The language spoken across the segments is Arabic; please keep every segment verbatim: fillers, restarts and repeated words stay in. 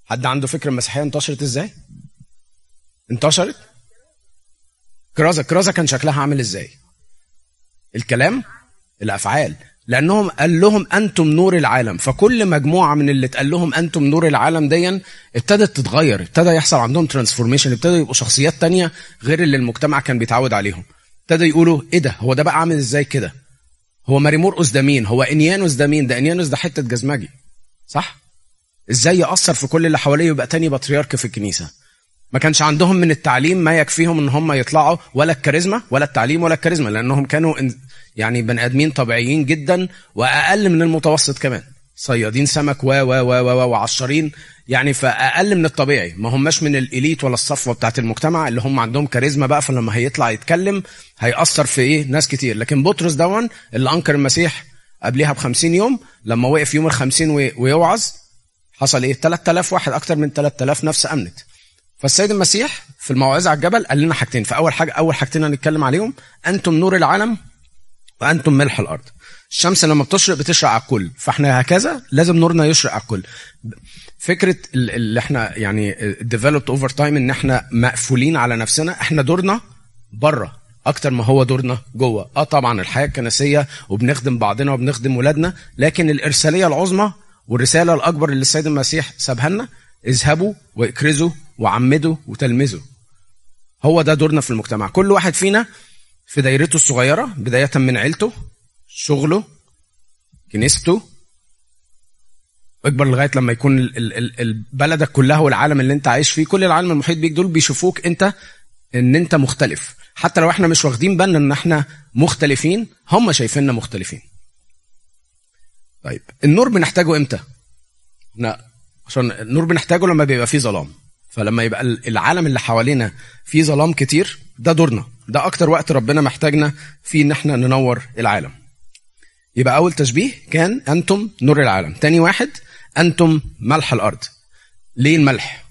حد عنده فكره المسيحيه انتشرت ازاي؟ انتشرت كرازه كرازه كان شكلها عامل ازاي؟ الكلام، الافعال، لانهم قال لهم انتم نور العالم. فكل مجموعه من اللي اتقال لهم انتم نور العالم ديا ابتدت تتغير، ابتدى يحصل عندهم ترانسفورميشن، ابتدوا يبقوا شخصيات تانية غير اللي المجتمع كان بيتعود عليهم. ابتدوا يقولوا ايه ده، هو ده بقى عامل ازاي كده؟ هو ماري مرقس ده مين؟ هو انيانوس ده مين؟ ده انيانوس ده حته جزمجي، صح؟ ازاي يأثر في كل اللي حواليه يبقى تاني بطريرك في الكنيسه؟ ما كانش عندهم من التعليم ما يكفيهم ان هم يطلعوا، ولا الكاريزما ولا التعليم ولا الكاريزما، لانهم كانوا يعني بني ادمين طبيعيين جدا واقل من المتوسط كمان، صيادين سمك و و و وعشرين، يعني فاقل من الطبيعي، ما هماش من الاليت ولا الصفوه بتاعت المجتمع اللي هم عندهم كاريزما بقى، فلما هيطلع يتكلم هيأثر في ايه ناس كتير. لكن بطرس دون اللي انكر المسيح قبلها بخمسين يوم، لما وقف يوم الخمسين ويوعظ حصل ايه؟ ثلاثة آلاف واحد، اكتر من ثلاثة آلاف نفس امنت. فالسيد المسيح في الموعظة على الجبل قال لنا حاجتين. فأول حاجة أول حاجتين هنتكلم عليهم، أنتم نور العالم وأنتم ملح الأرض. الشمس لما بتشرق بتشرق على الكل، فاحنا هكذا لازم نورنا يشرق على الكل. فكرة اللي احنا يعني developed over time ان احنا مقفولين على نفسنا، احنا دورنا بره أكتر ما هو دورنا جوه. اه طبعا الحياة الكنسية وبنخدم بعضنا وبنخدم ولادنا، لكن الإرسالية العظمى والرسالة الأكبر اللي السيد المسيح سابها لنا، اذهبوا واكرزوا وعمدوا وتلمذوا. هو ده دورنا في المجتمع. كل واحد فينا في دايرته الصغيرة، بداية من عيلته، شغله، كنيسته، اكبر لغاية لما يكون البلد كلها والعالم اللي انت عايش فيه، كل العالم المحيط بيك دول بيشوفوك انت ان انت مختلف. حتى لو احنا مش واخدين بالنا ان احنا مختلفين، هم شايفيننا مختلفين. طيب النور بنحتاجه امتى؟ لا، عشان النور بنحتاجه لما بيبقى فيه ظلام. فلما يبقى العالم اللي حوالينا فيه ظلام كتير، ده دورنا، ده اكتر وقت ربنا محتاجنا فيه ان احنا ننور العالم. يبقى اول تشبيه كان انتم نور العالم. تاني واحد انتم ملح الارض. ليه الملح؟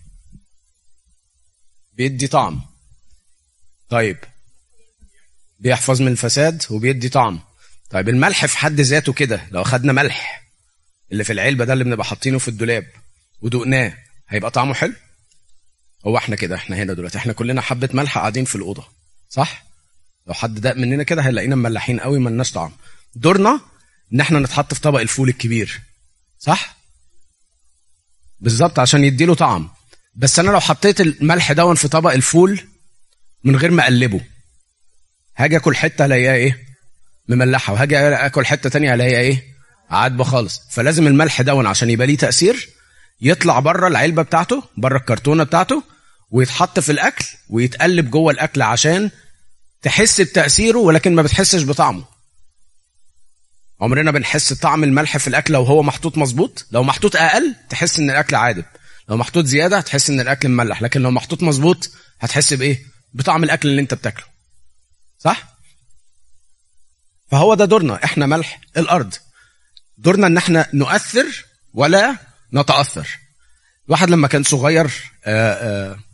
بيدي طعم. طيب بيحفظ من الفساد وبيدي طعم. طيب الملح في حد ذاته كده، لو خدنا ملح اللي في العلبة ده اللي بنبقى حاطينه في الدولاب ودقناه، هيبقى طعمه حلو؟ هو احنا كده، احنا هنا دلوقتي احنا كلنا حبة ملح قاعدين في الأوضة، صح؟ لو حد داق مننا كده هيلاقينا مملحين قوي، ملناش طعم. دورنا ان احنا نتحط في طبق الفول الكبير، صح؟ بالظبط، عشان يديله طعم. بس انا لو حطيت الملح دون في طبق الفول من غير ما اقلبه، هاجي اكل حته الاقيها ايه؟ مملحه، وهاجي اكل حته تانية الاقيها ايه؟ عادبه خالص. فلازم الملح دون عشان يبقى ليه تاثير يطلع بره العلبه بتاعته، بره الكرتونه بتاعته، ويتحط في الاكل ويتقلب جوه الاكل عشان تحس بتاثيره ولكن ما بتحسش بطعمه. عمرنا بنحس طعم الملح في الاكل لو هو محطوط مظبوط. لو محطوط اقل تحس ان الاكل عادب، لو محطوط زياده هتحس ان الاكل مملح. لكن لو محطوط مظبوط هتحس بايه؟ بطعم الاكل اللي انت بتاكله، صح؟ فهو ده دورنا، احنا ملح الارض. دورنا ان احنا نؤثر ولا نتاثر. واحد لما كان صغير آآ آآ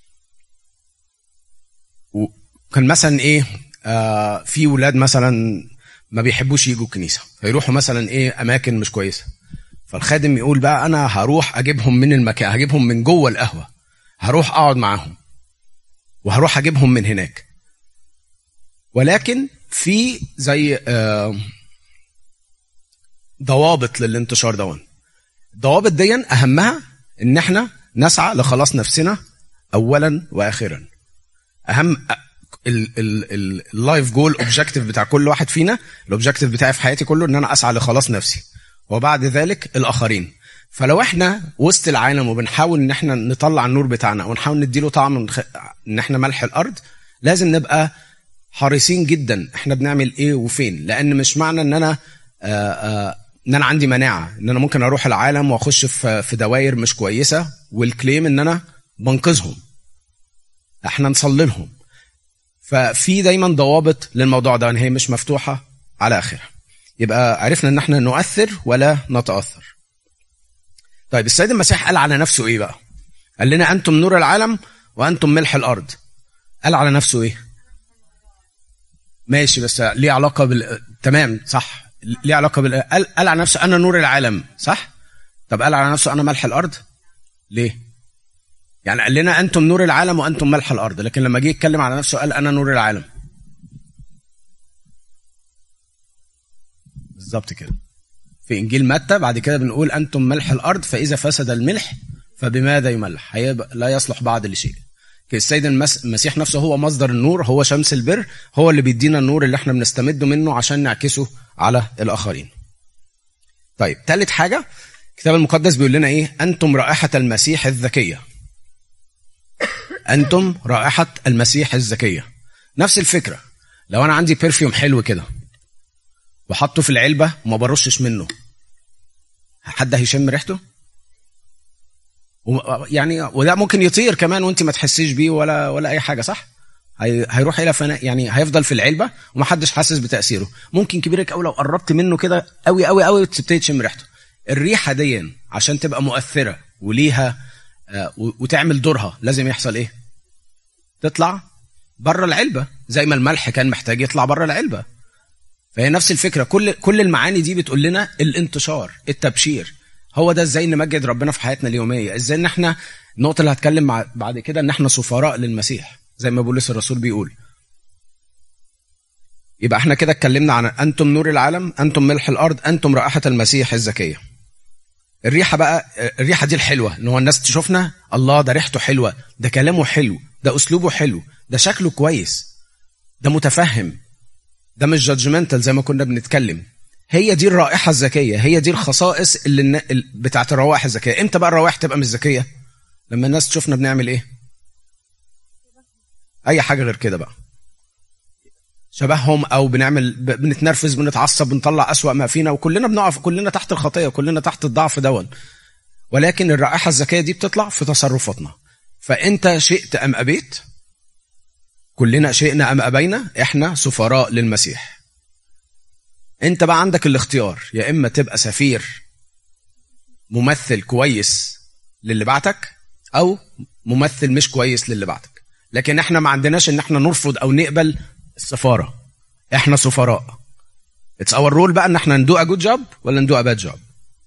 كان مثلا ايه، في ولاد مثلا ما بيحبوش يجوا الكنيسه، فيروحوا مثلا ايه اماكن مش كويسه. فالخادم يقول بقى انا هروح اجيبهم من المكان، هجيبهم من جوه القهوه، هروح اقعد معاهم وهروح اجيبهم من هناك. ولكن في زي ضوابط للانتشار دون. الضوابط دي اهمها ان احنا نسعى لخلاص نفسنا اولا واخرا. اهم اللايف جول اوبجكتيف بتاع كل واحد فينا، الاوبجكتيف بتاعي في حياتي كله ان انا اسعى لخلاص نفسي، وبعد ذلك الاخرين. فلو احنا وسط العالم وبنحاول ان احنا نطلع النور بتاعنا ونحاول نديله طعم ان احنا ملح الارض، لازم نبقى حريصين جدا احنا بنعمل ايه وفين. لان مش معنى ان انا آآ آآ ان انا عندي مناعه ان انا ممكن اروح العالم واخش في في دوائر مش كويسه والكليم ان انا بنقذهم. احنا نصلي لهم. ففي دايما ضوابط للموضوع ده، ان هي مش مفتوحه على اخرها. يبقى عرفنا ان احنا نؤثر ولا نتاثر. طيب السيد المسيح قال على نفسه ايه بقى؟ قال لنا انتم نور العالم وانتم ملح الارض. قال على نفسه ايه؟ ماشي، بس ليه علاقه بال تمام صح، ليه علاقه بال قال, قال على نفسه انا نور العالم، صح؟ طب قال على نفسه انا ملح الارض؟ ليه؟ يعني قال لنا انتم نور العالم وانتم ملح الارض، لكن لما جه يتكلم على نفسه قال انا نور العالم. بالظبط كده. في انجيل متى بعد كده بنقول انتم ملح الارض فاذا فسد الملح فبماذا يملح؟ لا يصلح بعد لشيء. السيد المسيح نفسه هو مصدر النور، هو شمس البر، هو اللي بيدينا النور اللي احنا بنستمد منه عشان نعكسه على الاخرين. طيب ثالث حاجه الكتاب المقدس بيقول لنا ايه؟ انتم رائحه المسيح الزكيه. انتم رائحه المسيح الزكيه. نفس الفكره، لو انا عندي برفيوم حلو كده وحطه في العلبه وما برشش منه، حد هيشم ريحته؟ يعني وده ممكن يطير كمان وانت ما تحسيش بيه ولا ولا اي حاجه، صح؟ هي هيروح الى فناء، يعني هيفضل في العلبه ومحدش حاسس بتاثيره. ممكن كبيرك قوي لو قربت منه كده قوي قوي قوي تبتدي تشم ريحته. الريحه دي عشان تبقى مؤثره وليها آه وتعمل دورها لازم يحصل ايه؟ تطلع بره العلبه، زي ما الملح كان محتاج يطلع بره العلبه. فهي نفس الفكره، كل كل المعاني دي بتقول لنا الانتشار، التبشير. هو ده ازاي نمجد ربنا في حياتنا اليوميه، ازاي ان احنا النقطه اللي هتكلم مع بعد كده ان احنا سفراء للمسيح زي ما بولس الرسول بيقول. يبقى احنا كده اتكلمنا عن انتم نور العالم، انتم ملح الارض، انتم رائحه المسيح الزكيه. الريحه بقى، الريحه دي الحلوه، ان هو الناس تشوفنا الله ده ريحته حلوه، ده كلامه حلو، ده اسلوبه حلو، ده شكله كويس، ده متفهم، ده مش جادجمنتال زي ما كنا بنتكلم. هي دي الرائحه الزكيه، هي دي الخصائص اللي بتاعت الروائح الزكيه. امتى بقى الروائح تبقى مش زكيه؟ لما الناس تشوفنا بنعمل ايه؟ اي حاجه غير كده بقى، شبههم او بنعمل بنتنرفز، بنتعصب، بنطلع اسوأ ما فينا، وكلنا بنقف، كلنا تحت الخطيه، كلنا تحت الضعف دون. ولكن الرائحه الزكيه دي بتطلع في تصرفاتنا. فانت شئت ام ابيت، كلنا شئنا ام ابينا، احنا سفراء للمسيح. انت بقى عندك الاختيار، يا اما تبقى سفير ممثل كويس للي بعتك، او ممثل مش كويس للي بعتك. لكن احنا ما عندناش ان احنا نرفض او نقبل السفاره، احنا سفراء. اتس اور رول بقى ان احنا ندوق جود جوب ولا ندوق باد جوب.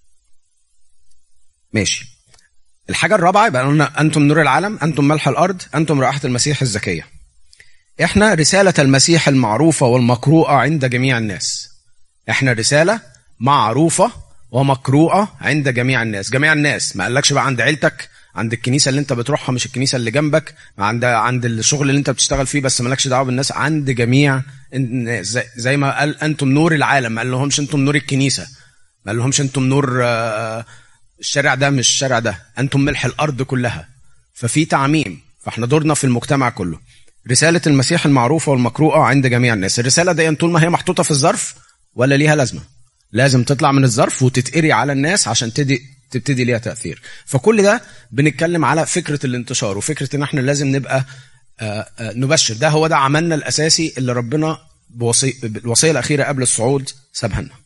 ماشي. الحاجه الرابعه يبقى قلنا انتم نور العالم، انتم ملح الارض، انتم رائحه المسيح الزكيه. احنا رساله المسيح المعروفه والمقروءه عند جميع الناس. احنا رساله معروفه ومقروءه عند جميع الناس. جميع الناس ما قالكش بقى عند عيلتك، عند الكنيسه اللي انت بتروحها مش الكنيسه اللي جنبك، عند عند الشغل اللي انت بتشتغل فيه بس مالكش دعوه بالناس، عند جميع الناس. زي, زي ما قال انتم نور العالم، ما قالهمش انتم نور الكنيسه، ما قالهمش انتم نور الشارع ده مش الشارع ده، انتم ملح الارض كلها. ففي تعميم، فاحنا دورنا في المجتمع كله. رساله المسيح المعروفه والمقروءه عند جميع الناس. الرساله دي طول ما هي محطوطه في الظرف ولا ليها لازمه؟ لازم تطلع من الظرف وتتقري على الناس عشان تدي تبتدي ليها تأثير. فكل ده بنتكلم على فكرة الانتشار، وفكرة ان احنا لازم نبقى آآ آآ نبشر. ده هو ده عملنا الأساسي اللي ربنا بوصي... بالوصية الأخيرة قبل الصعود سابها لنا.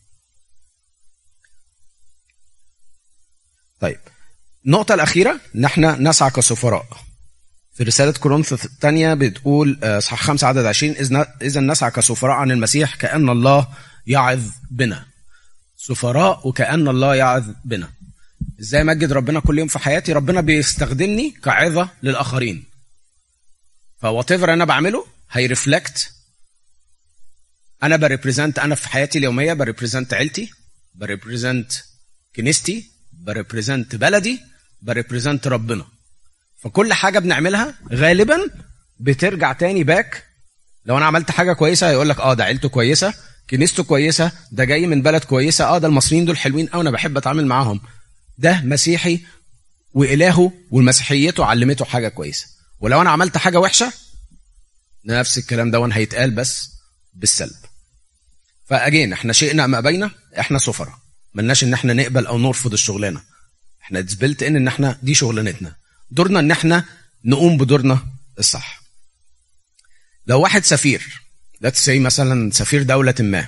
طيب النقطة الأخيرة ان احنا نسعى كسفراء. في رسالة كورنثوس الثانية بتقول صح خمسة عدد عشرين، إذا نسعى كسفراء عن المسيح كأن الله يعظ بنا. سفراء وكأن الله يعظ بنا. ازاي مجد ربنا كل يوم في حياتي؟ ربنا بيستخدمني كعظة للآخرين. فواتيفر انا بعمله هيرفلكت، انا بريبريزنت، انا في حياتي اليومية بريبريزنت عيلتي، بريبريزنت كنيستي، بريبريزنت بلدي، بريبريزنت ربنا. فكل حاجة بنعملها غالبا بترجع تاني باك. لو انا عملت حاجة كويسة هيقولك اه ده عيلته كويسة، كنيسته كويسة، ده جاي من بلد كويسة، اه ده المصريين دول حلوين او انا بحب اتعامل معاهم، ده مسيحي وإلهه والمسيحيته علمته حاجة كويسة. ولو أنا عملت حاجة وحشة نفس الكلام ده وان هيتقال بس بالسلب. فأجين احنا شئنا أم أبينا، احنا سفراء، ملناش ان احنا نقبل او نرفض الشغلانة. احنا اتزبلت ان ان احنا دي شغلانتنا، دورنا ان احنا نقوم بدورنا الصح. لو واحد سفير، let's say مثلا سفير دولة ما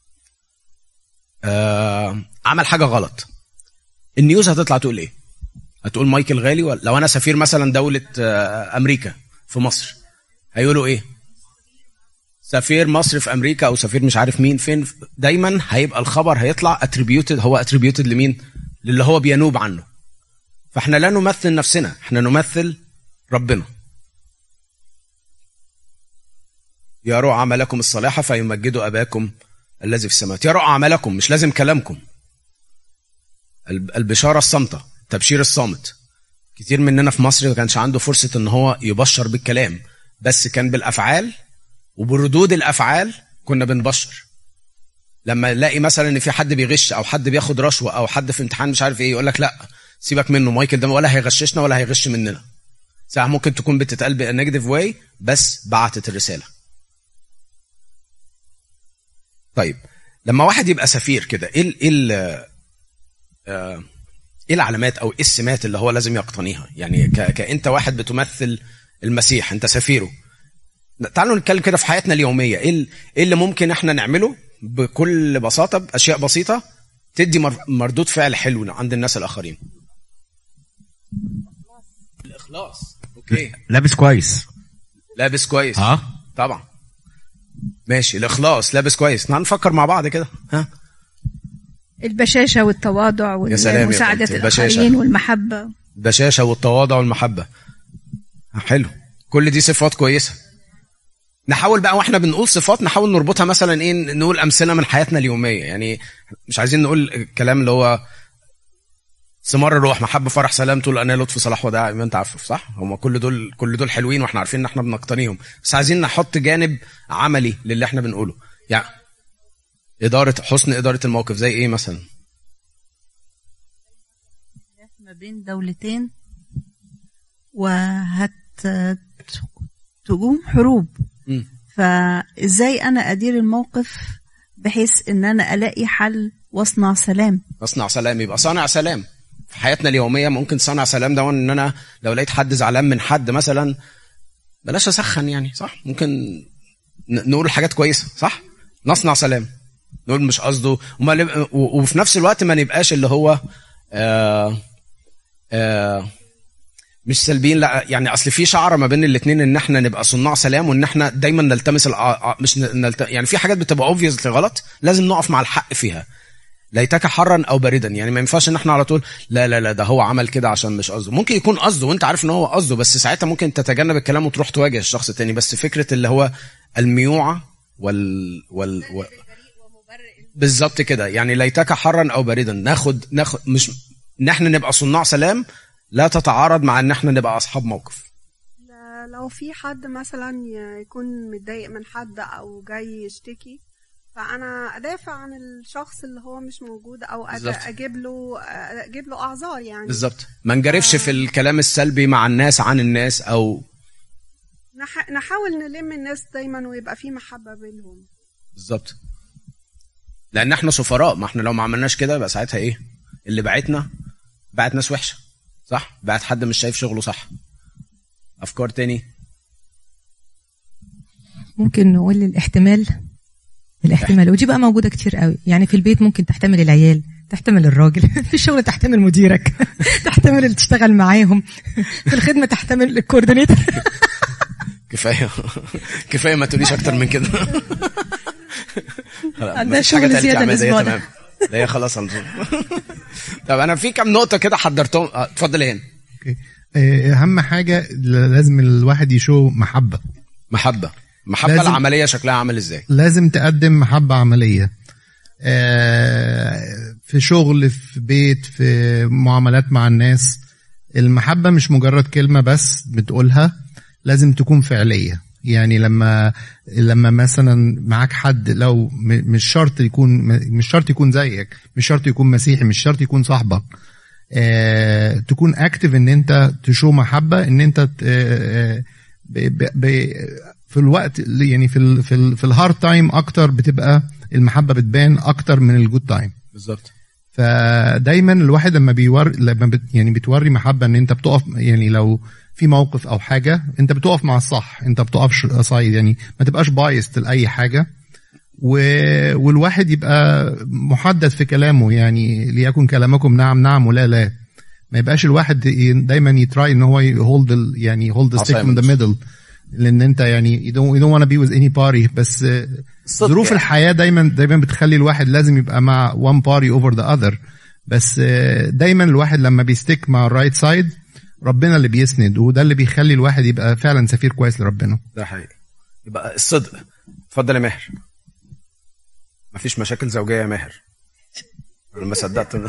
آه عمل حاجة غلط، النيوز هتطلع تقول ايه؟ هتقول مايكل غالي. ولا لو انا سفير مثلا دولة امريكا في مصر هيقولوا ايه؟ سفير مصر في امريكا او سفير مش عارف مين فين. دايما هيبقى الخبر هيطلع اتريبيوتد، هو اتريبيوتد لمين؟ للي هو بينوب عنه. فاحنا لا نمثل نفسنا، احنا نمثل ربنا. يروا عملكم الصالحة فيمجدوا أباكم الذي في السماوات. يروا عملكم، مش لازم كلامكم. البشارة الصامتة، التبشير الصامت. كتير مننا في مصر ما كانش عنده فرصة ان هو يبشر بالكلام، بس كان بالأفعال وبردود الأفعال كنا بنبشر. لما نلاقي مثلا ان في حد بيغش او حد بياخد رشوة او حد في امتحان مش عارف ايه، يقول لك لا سيبك منه، مايكل ده ولا هيغششنا ولا هيغش مننا. ساعة ممكن تكون بتتقال بنيجاتيف واي بس بعتت الرسالة. طيب لما واحد يبقى سفير كده، ايه ايه ايه العلامات او ايه السمات اللي هو لازم يقتنيها؟ يعني كأنت واحد بتمثل المسيح، انت سفيره. تعالوا نتكلم كده في حياتنا اليومية، ايه اللي ممكن احنا نعمله بكل بساطة، بأشياء بسيطة تدي مردود فعل حلو عند الناس الآخرين. الإخلاص. اوكي. لابس كويس. لابس كويس. ها طبعا ماشي. الإخلاص، لابس كويس. نفكر مع بعض كده. ها البشاشة والتواضع ومساعدة الآخرين والمحبة. البشاشة والتواضع والمحبة، حلو. كل دي صفات كويسة. نحاول بقى واحنا بنقول صفات نحاول نربطها مثلا ايه، نقول امثله من حياتنا اليوميه. يعني مش عايزين نقول الكلام اللي هو ثمار الروح، محبه، فرح، سلام، طول اناه، لطف، صلاح، وداع، ما انت عارفه صح. هم كل دول كل دول حلوين واحنا عارفين ان احنا بنقتنيهم، بس عايزين نحط جانب عملي للي احنا بنقوله. يعني اداره، حسن اداره الموقف. زي ايه مثلا؟ ما بين دولتين وهت تقوم حروب، فازاي انا ادير الموقف بحيث ان انا الاقي حل واصنع سلام. اصنع سلام، يبقى صانع سلام. في حياتنا اليوميه ممكن صانع سلام ده ان انا لو لقيت حد زعلان من حد مثلا بلاش اسخن، يعني صح، ممكن نقول حاجات كويسه، صح، نصنع سلام، نقول مش قصده، وفي نفس الوقت ما نبقاش اللي هو آآ آآ مش سلبيين. لا يعني اصل في شعره ما بين الاثنين، ان احنا نبقى صناع سلام وان احنا دايما نلتمس الع... مش نلت... يعني في حاجات بتبقى obviously غلط لازم نقف مع الحق فيها. ليتك حرا او باردا، يعني ما ينفعش ان احنا على طول لا لا لا ده هو عمل كده عشان مش قصده. ممكن يكون قصده وانت عارف ان هو قصده، بس ساعتها ممكن تتجنب الكلام وتروح تواجه الشخص التاني. بس فكره اللي هو الميوعه وال وال و... بالظبط كده. يعني ليتك حرا او باردا، ناخد ناخد مش ان احنا نبقى صناع سلام لا تتعارض مع ان احنا نبقى اصحاب موقف. لو في حد مثلا يكون متضايق من حد او جاي يشتكي، فانا ادافع عن الشخص اللي هو مش موجود، او اجيب له اجيب له اعذار. يعني بالظبط، ما نجرفش آه. في الكلام السلبي مع الناس عن الناس، او نح... نحاول نلم الناس دايما ويبقى في محبة بينهم. بالظبط، لان احنا سفراء. ما احنا لو ما عملناش كده يبقى ساعتها ايه؟ اللي بعتنا بعت ناس وحشه، صح، بعت حد مش شايف شغله صح. افكار تاني ممكن نقول الاحتمال. الاحتمال ودي بقى موجوده كتير قوي. يعني في البيت ممكن تحتمل العيال، تحتمل الراجل، في الشغل تحتمل مديرك، تحتمل اللي تشتغل معاهم، في الخدمه تحتمل الكوردينيتور. كفايه كفايه، ما تقوليش اكتر من كده. عندها شغل زياده الاسبوع ده. لا خلاص انظر. طب انا في كم نقطه كده حضرتهم، اتفضل. هنا اهم حاجه لازم الواحد يشوف محبه. محبه محبه العمليه شكلها عامل ازاي؟ لازم تقدم محبه عمليه في شغل، في بيت، في معاملات مع الناس. المحبه مش مجرد كلمه بس بتقولها، لازم تكون فعليه. يعني لما لما مثلا معاك حد، لو مش شرط يكون مش شرط يكون زيك، مش شرط يكون مسيحي، مش شرط يكون صاحبك، آه، تكون اكتف ان انت تشو محبه، ان انت آه، ب ب في الوقت يعني في ال في ال في الهارد تايم اكتر بتبقى المحبه بتبان اكتر من الجود تايم. بالظبط. فدايما الواحد لما بيور لما بت يعني بتوري محبه، ان انت بتقف، يعني لو في موقف او حاجه انت بتقف مع الصح، انت بتقفش صايد، يعني ما تبقاش بايست لاي حاجه، والواحد يبقى محدد في كلامه. يعني ليكن كلامكم نعم نعم ولا لا، ما يبقاش الواحد دايما يتراي ان هو يهولد يعني هولد ستيك ان ذا ميدل، لان انت يعني you don't, you don't want to be with any party. بس ظروف يعني الحياه دايما دايما بتخلي الواحد لازم يبقى مع one party over the other. بس دايما الواحد لما بيستيك مع الرايت سايد ربنا اللي بيسند، وده اللي بيخلي الواحد يبقى فعلا سفير كويس لربنا. ده حقيقي. يبقى الصدق. اتفضل يا ماهر. مفيش مشاكل زوجيه يا ماهر؟ انا ما صدقت.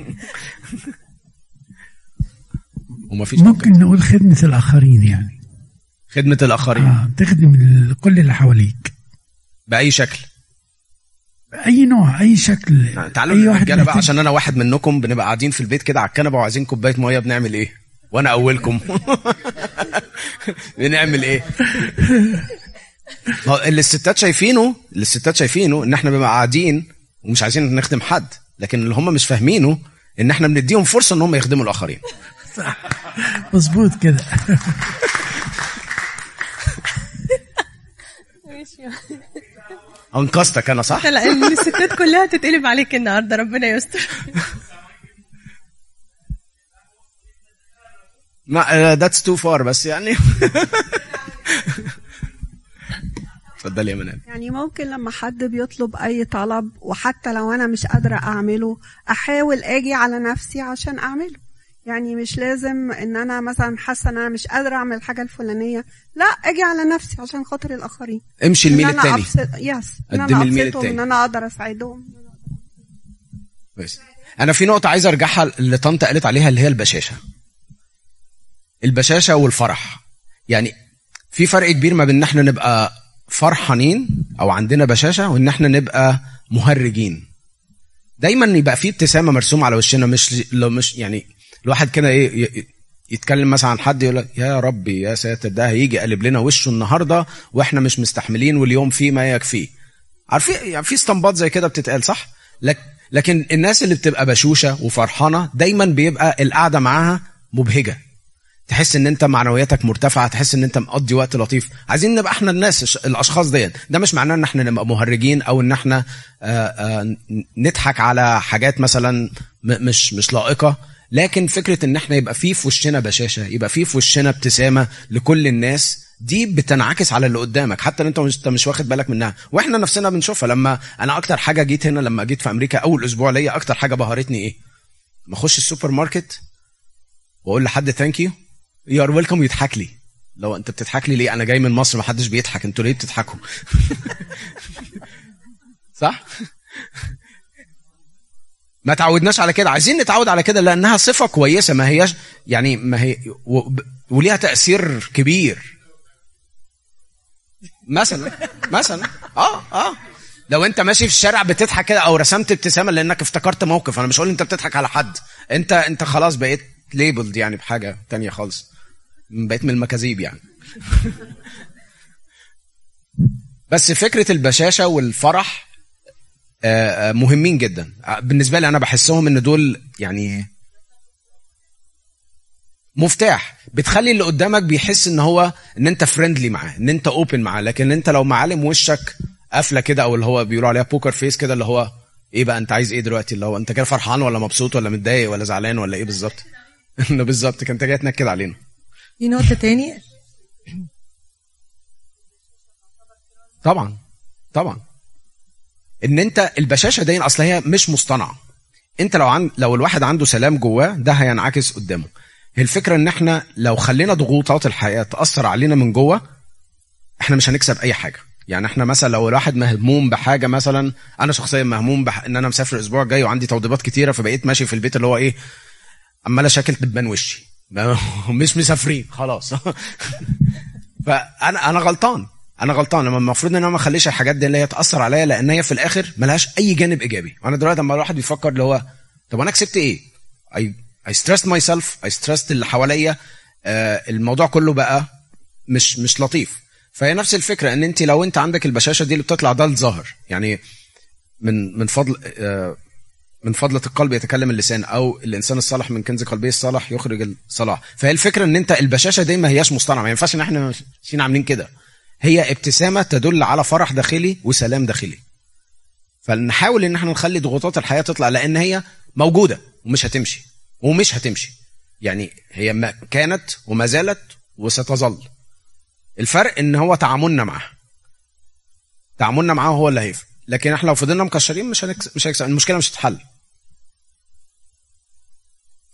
ومفيش ممكن ممكن نقول خدمه الاخرين، يعني خدمه الاخرين. اه تخدم كل اللي حواليك باي شكل، اي نوع، اي شكل. تعالوا الرجاله بقى، عشان انا واحد منكم بنبقى قاعدين في البيت كده على الكنبه وعايزين كوبايه ميه، بنعمل ايه؟ وانا اولكم. بنعمل ايه؟ اللي الستات شايفينه اللي الستات شايفينه ان احنا بنبقى قاعدين ومش عايزين نخدم حد، لكن اللي هم مش فاهمينه ان احنا بنديهم فرصه ان هم يخدموا الاخرين. مظبوط كده. انقذتك انا صح؟ لا ان الستات كلها تتقلب عليك النهارده، ربنا يستر. ما that's too far بس يعني. اتفضل يا منال. يعني ممكن لما حد بيطلب اي طلب وحتى لو انا مش قادره اعمله احاول اجي على نفسي عشان اعمله. يعني مش لازم ان انا مثلا حاسه ان انا مش قادره اعمل الحاجه الفلانيه، لا اجي على نفسي عشان خاطر الاخرين. امشي الميل الثاني. يس ان انا ابسطهم، ان انا اقدر اساعدهم. بس انا في نقطه عايز ارجعها اللي طنط قالت عليها، اللي هي البشاشه. البشاشه والفرح. يعني في فرق كبير ما بين ان احنا نبقى فرحانين او عندنا بشاشه وان احنا نبقى مهرجين. دايما يبقى في ابتسامه مرسومه على وشنا، مش لو مش يعني الواحد كده ايه يتكلم مثلا عن حد يقول لك يا ربي يا ساتر ده هيجي قلب لنا وشه النهارده واحنا مش مستحملين واليوم فيه ما يكفيه. عارفين يعني في استنباط زي كده بتتقال صح؟ لك لكن الناس اللي بتبقى بشوشه وفرحانه دايما بيبقى القعده معاها مبهجه، تحس ان انت معنوياتك مرتفعه، تحس ان انت مقضي وقت لطيف. عايزين نبقى احنا الناس الاشخاص دي. ده مش معناه ان احنا نبقى مهرجين او ان احنا آآ آآ نضحك على حاجات مثلا مش مش لائقه، لكن فكره ان احنا يبقى فيه في وشنا بشاشه، يبقى فيه في وشنا ابتسامه لكل الناس، دي بتنعكس على اللي قدامك حتى لو انت مش مش واخد بالك منها. واحنا نفسنا بنشوفها. لما انا اكتر حاجه جيت هنا لما جيت في امريكا اول اسبوع ليا، اكتر حاجه بهرتني ايه؟ ما اخش السوبر ماركت واقول لحد ثانك يو يو ار ويلكم، يضحك لي. لو انت بتضحك لي ليه؟ انا جاي من مصر ما حدش بيضحك، انتوا ليه بتضحكوا؟ صح؟ ما تعودناش على كده، عايزين نتعود على كده لانها صفه كويسه، ما هياش يعني ما هي و... وليها تاثير كبير. مثلا مثلا اه اه لو انت ماشي في الشارع بتضحك كده او رسمت ابتسامه لانك افتكرت موقف، انا مش هقول انت بتضحك على حد، انت انت خلاص بقيت ليبلد يعني بحاجه تانية خالص، بقيت من المكاذيب يعني. بس فكره البشاشه والفرح مهمين جدا بالنسبه لي. انا بحسهم ان دول يعني مفتاح، بتخلي اللي قدامك بيحس ان هو ان انت فريندلي معاه، ان انت اوبن معاه. لكن انت لو معلم وشك قافله كده او اللي هو بيقولوا عليها بوكر فيس كده، اللي هو ايه بقى انت عايز ايه دلوقتي، اللي هو انت كده فرحان ولا مبسوط ولا متضايق ولا زعلان ولا ايه بالظبط؟ انه بالظبط كنت جاي تنكد علينا. في نقطه تاني طبعا طبعا ان انت البشاشه دي اصلا هي مش مصطنعه. انت لو عن لو الواحد عنده سلام جواه ده هينعكس قدامه. هي الفكره ان احنا لو خلينا ضغوطات الحياه تاثر علينا من جوه احنا مش هنكسب اي حاجه. يعني احنا مثلا لو الواحد مهموم بحاجه، مثلا انا شخصيا مهموم بح... ان انا مسافر الاسبوع الجاي وعندي توضيبات كتيره، فبقيت ماشي في البيت اللي هو ايه عمال اشكل تبان وشي مش مسافرين خلاص. فانا انا غلطان انا غلطان لما المفروض ان انا ما اخليش الحاجات دي اللي هي تاثر عليا، لان هي في الاخر ملهاش اي جانب ايجابي. وانا دلوقتي لما الواحد بيفكر اللي هو طب انا كسبت ايه؟ اي اي ستريسد ماي سيلف، اي ستريسد اللي حواليا، آه الموضوع كله بقى مش مش لطيف. فهي نفس الفكره ان انت لو انت عندك البشاشه دي اللي بتطلع ده الظاهر، يعني من من فضل آه من فضلة القلب يتكلم اللسان، او الانسان الصالح من كنز قلبه الصالح يخرج الصلاح. فهي الفكره ان انت البشاشه دي ما هياش مصطنعه، ما ينفعش ان احنا ماشيين عاملين كده، هي ابتسامه تدل على فرح داخلي وسلام داخلي. فنحاول ان احنا نخلي ضغوطات الحياه تطلع، لان هي موجوده ومش هتمشي ومش هتمشي، يعني هي ما كانت وما زالت وستظل. الفرق ان هو تعاملنا معها تعاملنا معاه هو اللي هيفرق. لكن احنا لو فضلنا مكشرين مش هنكسب مش هيكسب المشكله مش هتتحل.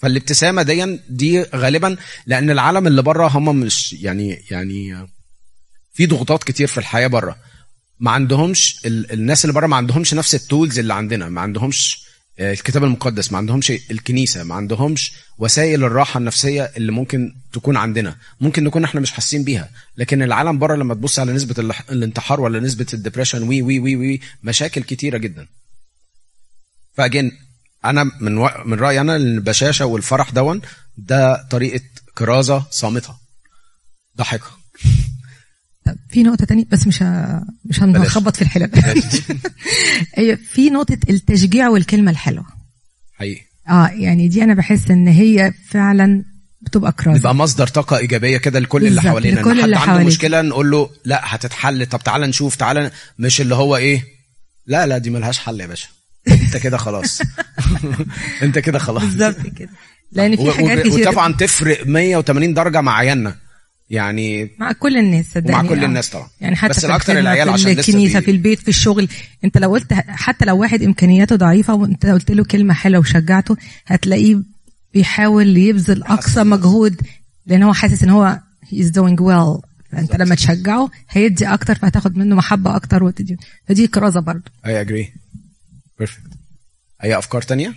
فالابتسامه دي دي غالبا لان العالم اللي بره هم مش يعني يعني في ضغوطات كتير في الحياه بره، ما عندهمش ال... الناس اللي بره ما عندهمش نفس التولز اللي عندنا، ما عندهمش الكتاب المقدس، ما عندهمش الكنيسه، ما عندهمش وسائل الراحه النفسيه اللي ممكن تكون عندنا، ممكن نكون احنا مش حاسين بيها. لكن العالم بره لما تبص على نسبه الانتحار ولا نسبه الدبريشن وي وي وي وي مشاكل كتيره جدا. فاجين انا من و... من رايي انا البشاشه والفرح دون ده طريقه كرازه صامته ضحكه. طب في نقطه تانية بس مش ه... مش هنخبط في الحلم. هي في نقطه التشجيع والكلمه الحلوه حقيقي. اه يعني دي انا بحس ان هي فعلا بتبقى كرازه، بيبقى مصدر طاقه ايجابيه كده لكل اللي حوالينا. لكل حد اللي عنده حواليك. مشكله نقول له لا هتتحل، طب تعالى نشوف، تعالى، مش اللي هو ايه لا لا دي ملهاش حل يا باشا، انت كده خلاص. انت كده خلاص بالظبط كده. لان في حاجات كتير وطبعا تفرق مية وتمانين درجه مع عيالنا يعني مع كل الناس صدقني، مع كل الناس طبعا، يعني حتى بس في اكتر العيال عشان في الكنيسه في البيت في الشغل. انت لو قلت حتى لو واحد امكانياته ضعيفه وانت قلت له كلمه حلوه وشجعته هتلاقيه بيحاول يبذل اقصى مجهود لان هو حاسس ان هو he is doing well. فانت لما تشجعه هيدي اكتر فهتاخد منه محبه اكتر وتدي، فدي كرازه برضه. I agree perfect. اي افكار تانية؟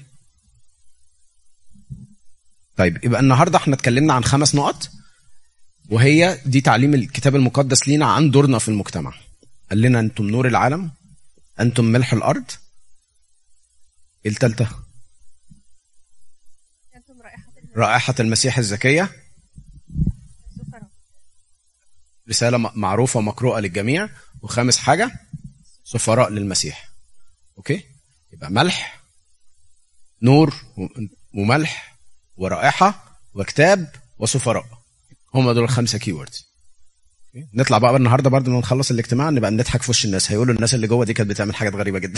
طيب يبقى النهارده احنا اتكلمنا عن خمس نقط، وهي دي تعليم الكتاب المقدس لينا عن دورنا في المجتمع. قال لنا انتم نور العالم، انتم ملح الارض. ايه الثالثه؟ رائحه المسيح الزكيه، رساله معروفه ومقروءه للجميع. وخامس حاجه سفراء للمسيح. اوكي، يبقى ملح، نور وملح ورائحه وكتاب وسفراء، هم دول الخمسه كيوردز. نطلع بقى النهارده برضه لما نخلص الاجتماع نبقى نضحك في وش الناس، هيقولوا الناس اللي جوه دي كانت بتعمل حاجات غريبه جدا.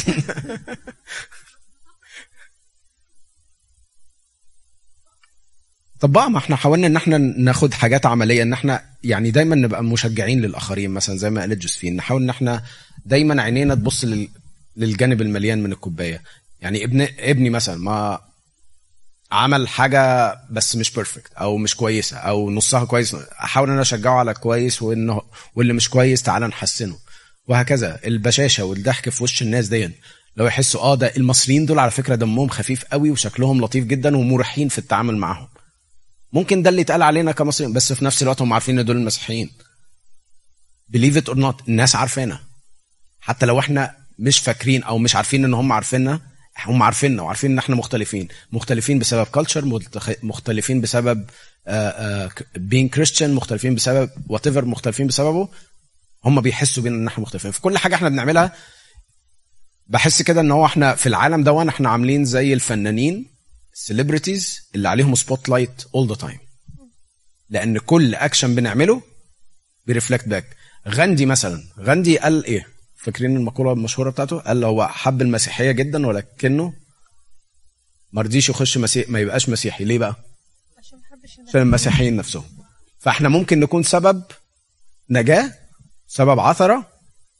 طب بقى ما احنا حاولنا ان احنا ناخد حاجات عمليه، ان احنا يعني دايما نبقى مشجعين للاخرين. مثلا زي ما قالت جوزفين نحاول ان احنا دايما عينينا تبص لل... للجانب المليان من الكوبايه. يعني ابن ابني مثلا ما عمل حاجه بس مش بيرفكت او مش كويسه او نصها كويس، احاول ان انا اشجعه على كويس، وانه واللي مش كويس تعالى نحسنه، وهكذا. البشاشه والضحك في وش الناس دي لو يحسوا اه ده المصريين دول على فكره دمهم خفيف قوي وشكلهم لطيف جدا ومريحين في التعامل معهم، ممكن ده اللي يتقال علينا كمصريين، بس في نفس الوقت هم عارفين ان دول المسيحيين. believe it or not الناس عارفيننا، حتى لو احنا مش فاكرين او مش عارفين ان هم عارفيننا، هم عارفيننا وعارفين ان احنا مختلفين، مختلفين بسبب culture، مختلفين بسبب uh, uh, being Christian، مختلفين بسبب whatever مختلفين بسببه، هم بيحسوا بينا ان احنا مختلفين في كل حاجه احنا بنعملها. بحس كده ان هو احنا في العالم ده وانا احنا عاملين زي الفنانين celebrities اللي عليهم سبوت لايت all the time، لان كل اكشن بنعمله بيرفلكت باك. غاندي مثلا، غاندي قال ايه؟ فاكرين المقوله المشهوره بتاعته؟ قال هو حب المسيحيه جدا ولكنه ما رضيش يخش مسيح، ما يبقاش مسيحي. ليه بقى؟ عشان المسيحيين نفسهم. فاحنا ممكن نكون سبب نجاه، سبب عثره،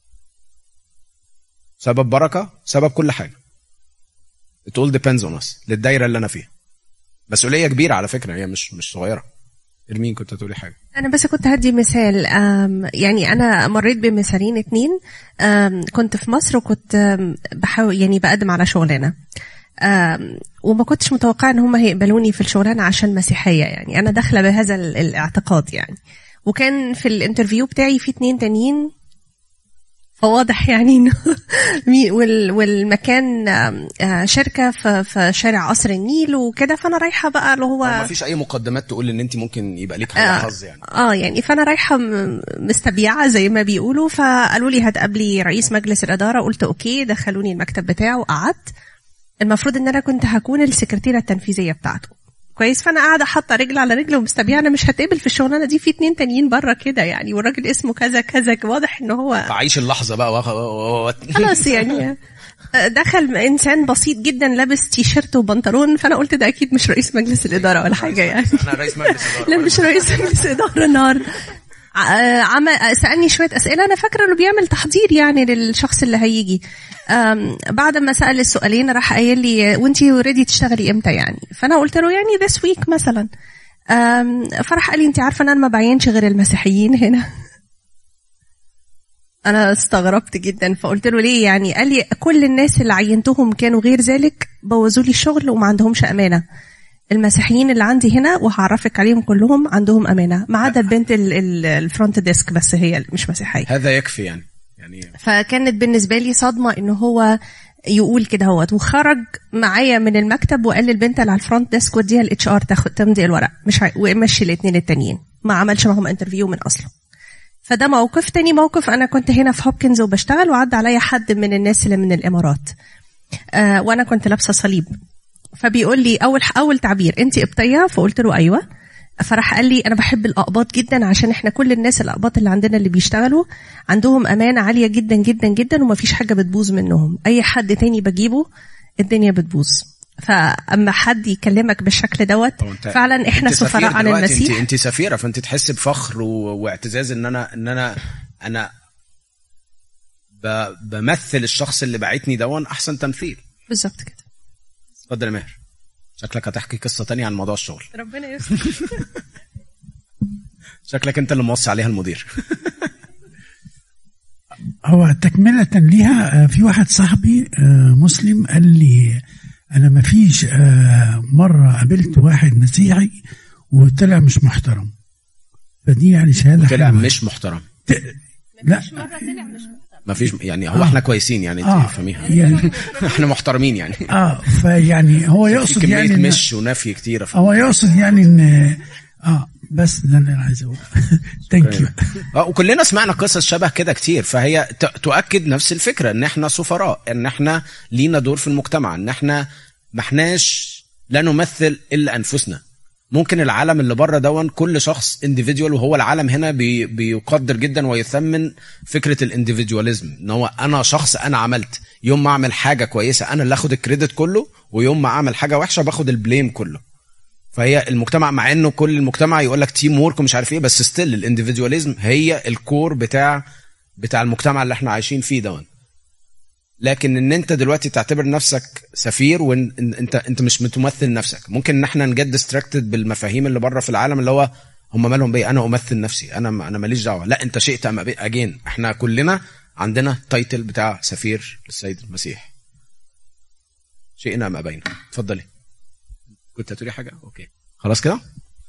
سبب بركه، سبب كل حاجه. it all depends on us للدايره اللي انا فيها. مسؤوليه كبيره على فكره، هي مش مش صغيره. ارمين كنت تقولي حاجه؟ انا بس كنت هدي مثال. يعني انا مريت بمثالين اتنين. كنت في مصر وكنت بحاول يعني بقدم على شغلانه، وما كنتش متوقعه ان هم هيقبلوني في الشغلانه عشان مسيحيه. يعني انا داخله بهذا الاعتقاد يعني. وكان في الانترفيو بتاعي في اتنين تانيين، فواضح يعني والمكان شركه في شارع قصر النيل وكده. فانا رايحه بقى اللي هو ما فيش اي مقدمات تقول ان انت ممكن يبقى ليك حظ يعني. اه يعني فانا رايحه مستبيعه زي ما بيقولوا. فقالوا لي هتقابلي رئيس مجلس الاداره، قلت اوكي. دخلوني المكتب بتاعه وقعدت. المفروض ان انا كنت هكون السكرتيره التنفيذيه بتاعته، كويس. فانا قاعده حاطه رجل على رجل ومستبيعه انا مش هتقبل في الشغلانه دي، في اتنين تانيين بره كده يعني، والراجل اسمه كذا كذا، واضح ان هو عايش اللحظه بقى خلاص يعني. دخل انسان بسيط جدا لابس تي شيرت وبنطلون، فانا قلت ده اكيد مش رئيس مجلس الاداره ولا حاجه يعني. انا رئيس مجلس اداره. لا مش رئيس مجلس اداره النهارده. عم سألني شوية أسئلة، أنا فاكرة إنه بيعمل تحضير يعني للشخص اللي هيجي. بعد ما سأل السؤالين راح قايل لي وانتي وريدي تشتغلي إمتى يعني؟ فأنا قلت له يعني this week مثلا. فرح قال لي انتي عارفة أنا ما بعينش غير المسيحيين هنا. أنا استغربت جدا، فقلت له ليه يعني؟ قال لي كل الناس اللي عينتهم كانوا غير ذلك بوظوا لي الشغل وما عندهمش أمانة. المسيحيين اللي عندي هنا وهعرفك عليهم كلهم عندهم أمانة، ما عدا البنت الفرونت ديسك بس هي مش مسيحية. هذا يكفي يعني. يعني فكانت بالنسبة لي صدمة إنه هو يقول كده هوت. وخرج معايا من المكتب وقال للبنت اللي على الفرونت ديسك وديها الاتش ار تاخد تمضي الورق، مش ع... ومشي الاثنين التانيين، ما عملش معهم انترفيو من أصله. فده موقف. تاني موقف، أنا كنت هنا في هوبكنز وبشتغل، وعد عليا حد من الناس اللي من الإمارات آه وأنا كنت لابسة صليب، فبيقول لي أول أول تعبير أنت قبطية؟ فقلت له أيوة. فراح قال لي أنا بحب الأقباط جدا عشان إحنا كل الناس الأقباط اللي عندنا اللي بيشتغلوا عندهم أمانة عالية جدا جدا جدا وما فيش حاجة بتبوظ منهم، أي حد تاني بجيبه الدنيا بتبوظ. فأما حد يكلمك بالشكل دوت فعلا إحنا سفراء عن المسيح. أنت, انت سفيرة، فأنت تحس بفخر واعتزاز إن أنا إن أنا أنا بمثل الشخص اللي بعتني دون أحسن تمثيل. بالظبط كده. اتفضل يا ماهر، شكلك هتحكي قصة تانية عن موضوع الشغل. ربنا يستر. شكلك انت اللي موصي عليها المدير. هو تكملة ليها، في واحد صاحبي مسلم قال لي انا ما فيش مرة قابلت واحد مسيحي وطلع مش محترم، فدي يعني شهادة طلع مش محترم. لا مش مرة طلع مش محترم، ما فيش يعني. هو آه. احنا كويسين يعني، انت آه. فاهميها يعني احنا محترمين يعني. اه فيعني هو يقصد يعني مش ونفي كتير. هو يقصد يعني ان اه بس ده اللي انا عايز اقوله. ثانك يو. اه وكلنا سمعنا قصص شبه كده كتير، فهي تؤكد نفس الفكرة ان احنا سفراء، ان احنا لينا دور في المجتمع، ان احنا ما احناش لا نمثل الا انفسنا. ممكن العالم اللي بره دون كل شخص انديفيديوال، وهو العالم هنا بي بيقدر جدا ويثمن فكرة الانديفيدواليزم، ان هو انا شخص انا عملت، يوم ما اعمل حاجة كويسة انا اللي اخد الكريدت كله، ويوم ما اعمل حاجة وحشة باخد البليم كله. فهي المجتمع، مع انه كل المجتمع يقول لك تيم وورك ومش عارف ايه، بس ستيل الانديفيدواليزم هي الكور بتاع بتاع المجتمع اللي احنا عايشين فيه دون. لكن ان انت دلوقتي تعتبر نفسك سفير وان انت انت مش متمثل نفسك. ممكن ان احنا نجد ديستراكتد بالمفاهيم اللي بره في العالم، اللي هو هم مالهم بيه، انا امثل نفسي، انا انا ماليش دعوه. لا، انت شئت ام اجين، احنا كلنا عندنا تايتل بتاع سفير للسيد المسيح، شئنا ام ابينا. اتفضلي، كنت هتقولي حاجه؟ اوكي خلاص كده.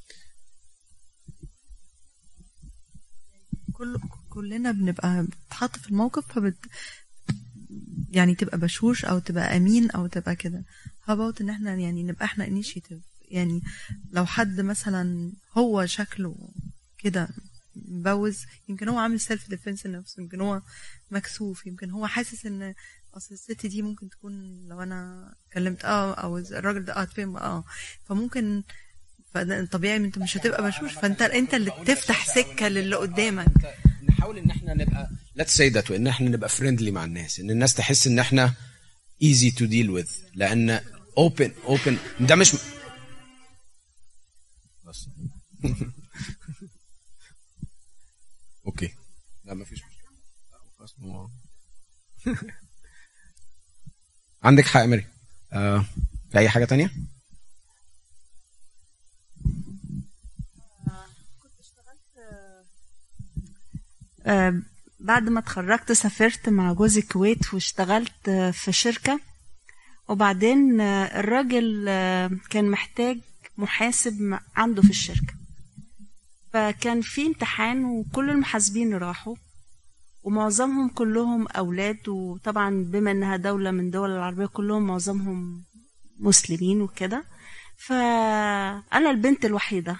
كل كلنا بنبقى بتحط في الموقف، فبت يعني تبقى بشوش او تبقى امين او تبقى كده. هبوت ان احنا يعني نبقى احنا انيشيتيف. يعني لو حد مثلا هو شكله كده مبوز، يمكن هو عامل سيلف ديفنس لنفسه، يمكن هو مكسوف، يمكن هو حاسس ان اصل الست دي ممكن تكون لو انا كلمت اه او الراجل ده اه تفهم اه فممكن طبيعي انت مش هتبقى بشوش، فانت انت اللي تفتح سكه للي قدامك. نحاول ان احنا نبقى let's say that ان احنا نبقى فريندلي مع الناس، ان الناس تحس ان احنا easy to deal with، لان open open ده مش بس. اوكي لا ما فيش مشكله. عندك حق يا مريم. آه، في اي حاجه تانية؟ كنت اشتغلت آه بعد ما اتخرجت، سافرت مع جوزي الكويت واشتغلت في شركة، وبعدين الراجل كان محتاج محاسب عنده في الشركة، فكان في امتحان وكل المحاسبين راحوا ومعظمهم كلهم أولاد، وطبعا بما أنها دولة من دول العربية كلهم معظمهم مسلمين وكده، فأنا البنت الوحيدة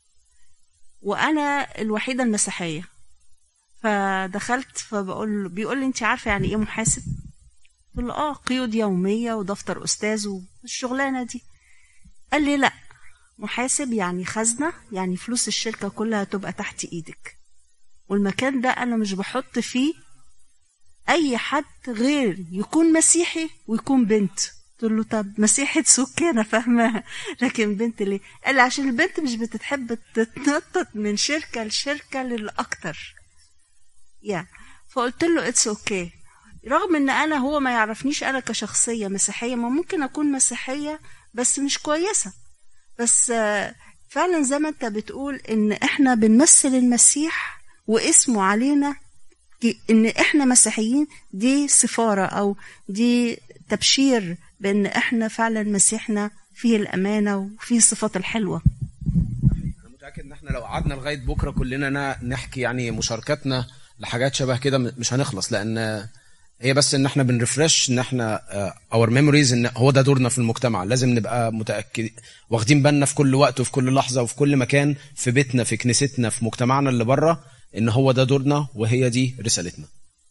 وأنا الوحيدة المسيحية. فدخلت فبقول بيقول لي انت عارفه يعني ايه محاسب؟ قلت له اه قيود يوميه ودفتر استاذ والشغلانه دي. قال لي لا، محاسب يعني خزنه، يعني فلوس الشركه كلها تبقى تحت ايدك، والمكان ده انا مش بحط فيه اي حد غير يكون مسيحي ويكون بنت. قلت قلت له طب مسيحة سكي انا فاهماها، لكن بنت ليه؟ قال لي عشان البنت مش بتتحب تتنطط من شركة لشركة للأكتر يا yeah. فقلت له اتس اوكي okay. رغم ان انا هو ما يعرفنيش انا كشخصية مسيحية، ما ممكن اكون مسيحية بس مش كويسة، بس فعلا زي ما انت بتقول ان احنا بنمثل المسيح واسمه علينا ان احنا مسيحيين، دي سفارة او دي تبشير بان احنا فعلا مسيحنا فيه الامانة وفيه الصفات الحلوة. انا متأكد ان احنا لو قعدنا لغاية بكرة كلنا نحكي يعني مشاركتنا لحاجات شبه كده مش هنخلص، لان هي بس ان احنا بنرفرش ان احنا اور ميموريز ان هو ده دورنا في المجتمع. لازم نبقى متأكد واخدين بالنا في كل وقت وفي كل لحظة وفي كل مكان، في بيتنا في كنيستنا في مجتمعنا اللي بره، ان هو ده دورنا وهي دي رسالتنا.